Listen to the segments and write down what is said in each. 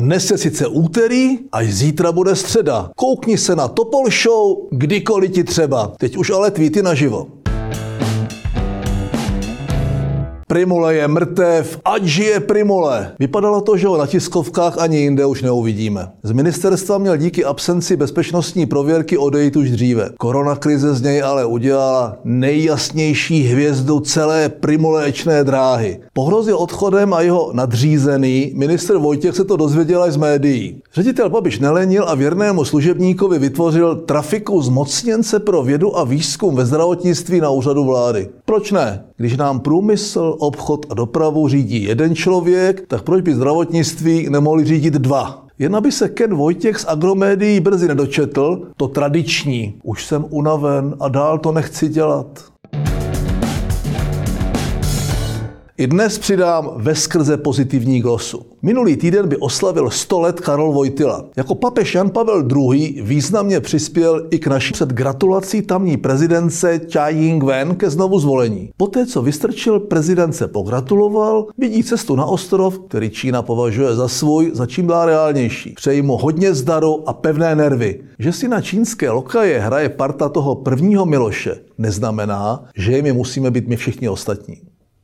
Dnes je sice úterý, až zítra bude středa. Koukni se na Topol Show, kdykoliv ti třeba. Teď už ale tweety naživo. Prymule je mrtev, ať žije Prymule. Vypadalo to, že ho na tiskovkách ani jinde už neuvidíme. Z ministerstva měl díky absenci bezpečnostní prověrky odejít už dříve. Koronakrize z něj ale udělala nejjasnější hvězdu celé prymulečné dráhy. Pohrozil odchodem a jeho nadřízený ministr Vojtěch se to dozvěděl až z médií. Ředitel Babiš nelenil a věrnému služebníkovi vytvořil trafiku zmocněnce pro vědu a výzkum ve zdravotnictví na úřadu vlády. Proč ne? Když nám průmysl, obchod a dopravu řídí jeden člověk, tak proč by zdravotnictví nemohli řídit dva? Jen aby se Ken Vojtěch z Agromédií brzy nedočetl, to tradiční. Už jsem unaven a dál to nechci dělat. I dnes přidám veskrze pozitivní glosu. Minulý týden by oslavil 100 let Karol Vojtyla. Jako papež Jan Pavel II. Významně přispěl i k naší před gratulací tamní prezidentce Tsai Ing-wen ke znovu zvolení. Poté, co Vystrčil prezidentce pogratuloval, vidí cestu na ostrov, který Čína považuje za svůj, za čím dál reálnější. Přeji mu hodně zdaru a pevné nervy. Že si na čínské lokaje hraje parta toho prvního Miloše, neznamená, že jimi musíme být my všichni ostatní.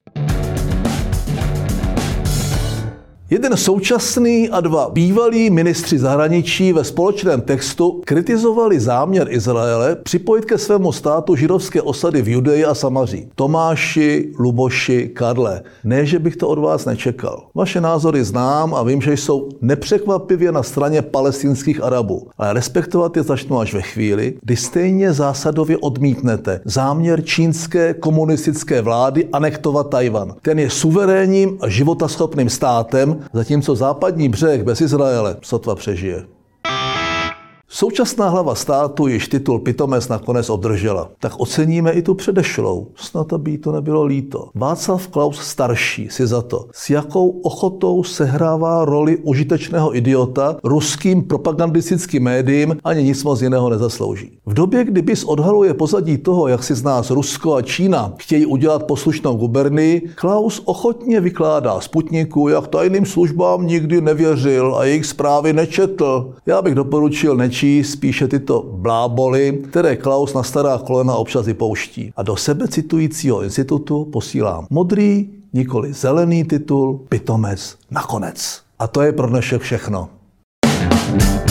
Jeden současný a dva bývalí ministři zahraničí ve společném textu kritizovali záměr Izraele připojit ke svému státu židovské osady v Judeji a Samaří. Tomáši, Luboši, Karle, ne, že bych to od vás nečekal. Vaše názory znám a vím, že jsou nepřekvapivě na straně palestinských Arabů, ale respektovat je začnu až ve chvíli, kdy stejně zásadově odmítnete záměr čínské komunistické vlády anektovat Tajvan. Ten je suverénním a životaschopným státem, zatímco západní břeh bez Izraele sotva přežije. Současná hlava státu již titul pitomec nakonec obdržela. Tak oceníme i tu předešlou. Snad aby jí to nebylo líto. Václav Klaus starší si za to, s jakou ochotou sehrává roli užitečného idiota ruským propagandistickým médiím, ani nic moc jiného nezaslouží. V době, kdy BIS odhaluje pozadí toho, jak si z nás Rusko a Čína chtějí udělat poslušnou gubernii, Klaus ochotně vykládá Sputniku, jak tajným službám nikdy nevěřil a jejich zprávy nečetl. Já bych doporučil nečíst spíše tyto bláboly, které Klaus na stará kolena občas vypouští. A do sebe citujícího institutu posílám modrý, nikoli zelený titul, pitomec nakonec. A to je pro dnešek všechno.